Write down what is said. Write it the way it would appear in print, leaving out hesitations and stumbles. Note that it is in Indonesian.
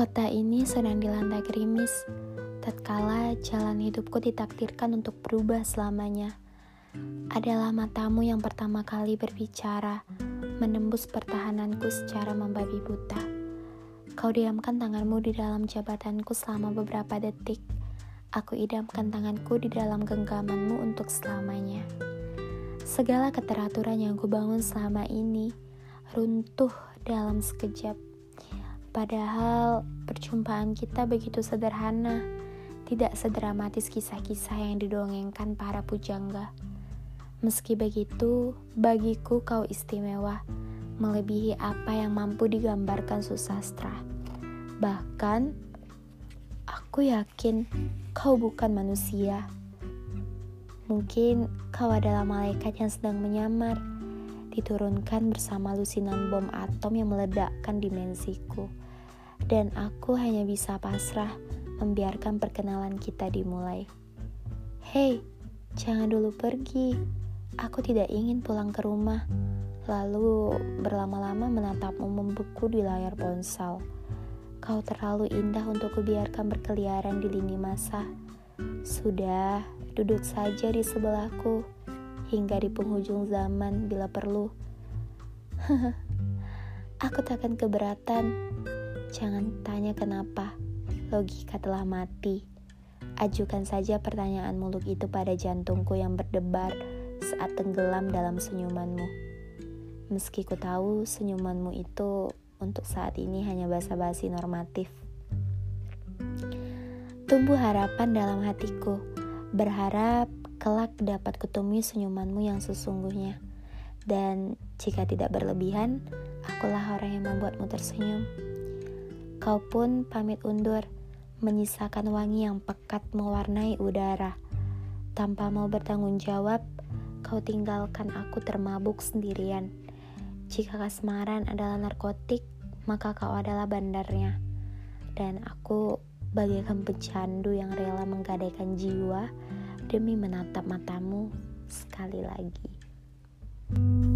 Kota ini sedang dilanda gerimis, tatkala jalan hidupku ditakdirkan untuk berubah selamanya. Adalah matamu yang pertama kali berbicara, menembus pertahananku secara membabi buta. Kau diamkan tanganmu di dalam jabatanku selama beberapa detik. Aku idamkan tanganku di dalam genggamanmu untuk selamanya. Segala keteraturan yang kubangun selama ini runtuh dalam sekejap. Padahal perjumpaan kita begitu sederhana, tidak sedramatis kisah-kisah yang didongengkan para pujangga. Meski begitu, bagiku kau istimewa, melebihi apa yang mampu digambarkan susastra. Bahkan, aku yakin kau bukan manusia. Mungkin kau adalah malaikat yang sedang menyamar, diturunkan bersama lusinan bom atom yang meledakkan dimensiku. Dan aku hanya bisa pasrah membiarkan perkenalan kita dimulai. Hei, jangan dulu pergi. Aku tidak ingin pulang ke rumah, lalu berlama-lama menatapmu membeku di layar ponsel. Kau terlalu indah untuk kubiarkan berkeliaran di lini masa. Sudah, duduk saja di sebelahku, hingga di penghujung zaman bila perlu. Aku takkan keberatan. Jangan tanya kenapa, logika telah mati. Ajukan saja pertanyaan muluk itu pada jantungku yang berdebar saat tenggelam dalam senyumanmu. Meski ku tahu senyumanmu itu untuk saat ini hanya basa-basi normatif. Tumbuh harapan dalam hatiku, berharap kelak dapat kutemui senyumanmu yang sesungguhnya. Dan jika tidak berlebihan, akulah orang yang membuatmu tersenyum. Kau pun pamit undur, menyisakan wangi yang pekat mewarnai udara. Tanpa mau bertanggung jawab, kau tinggalkan aku termabuk sendirian. Jika kasmaran adalah narkotik, maka kau adalah bandarnya. Dan aku bagaikan pecandu yang rela menggadaikan jiwa demi menatap matamu sekali lagi.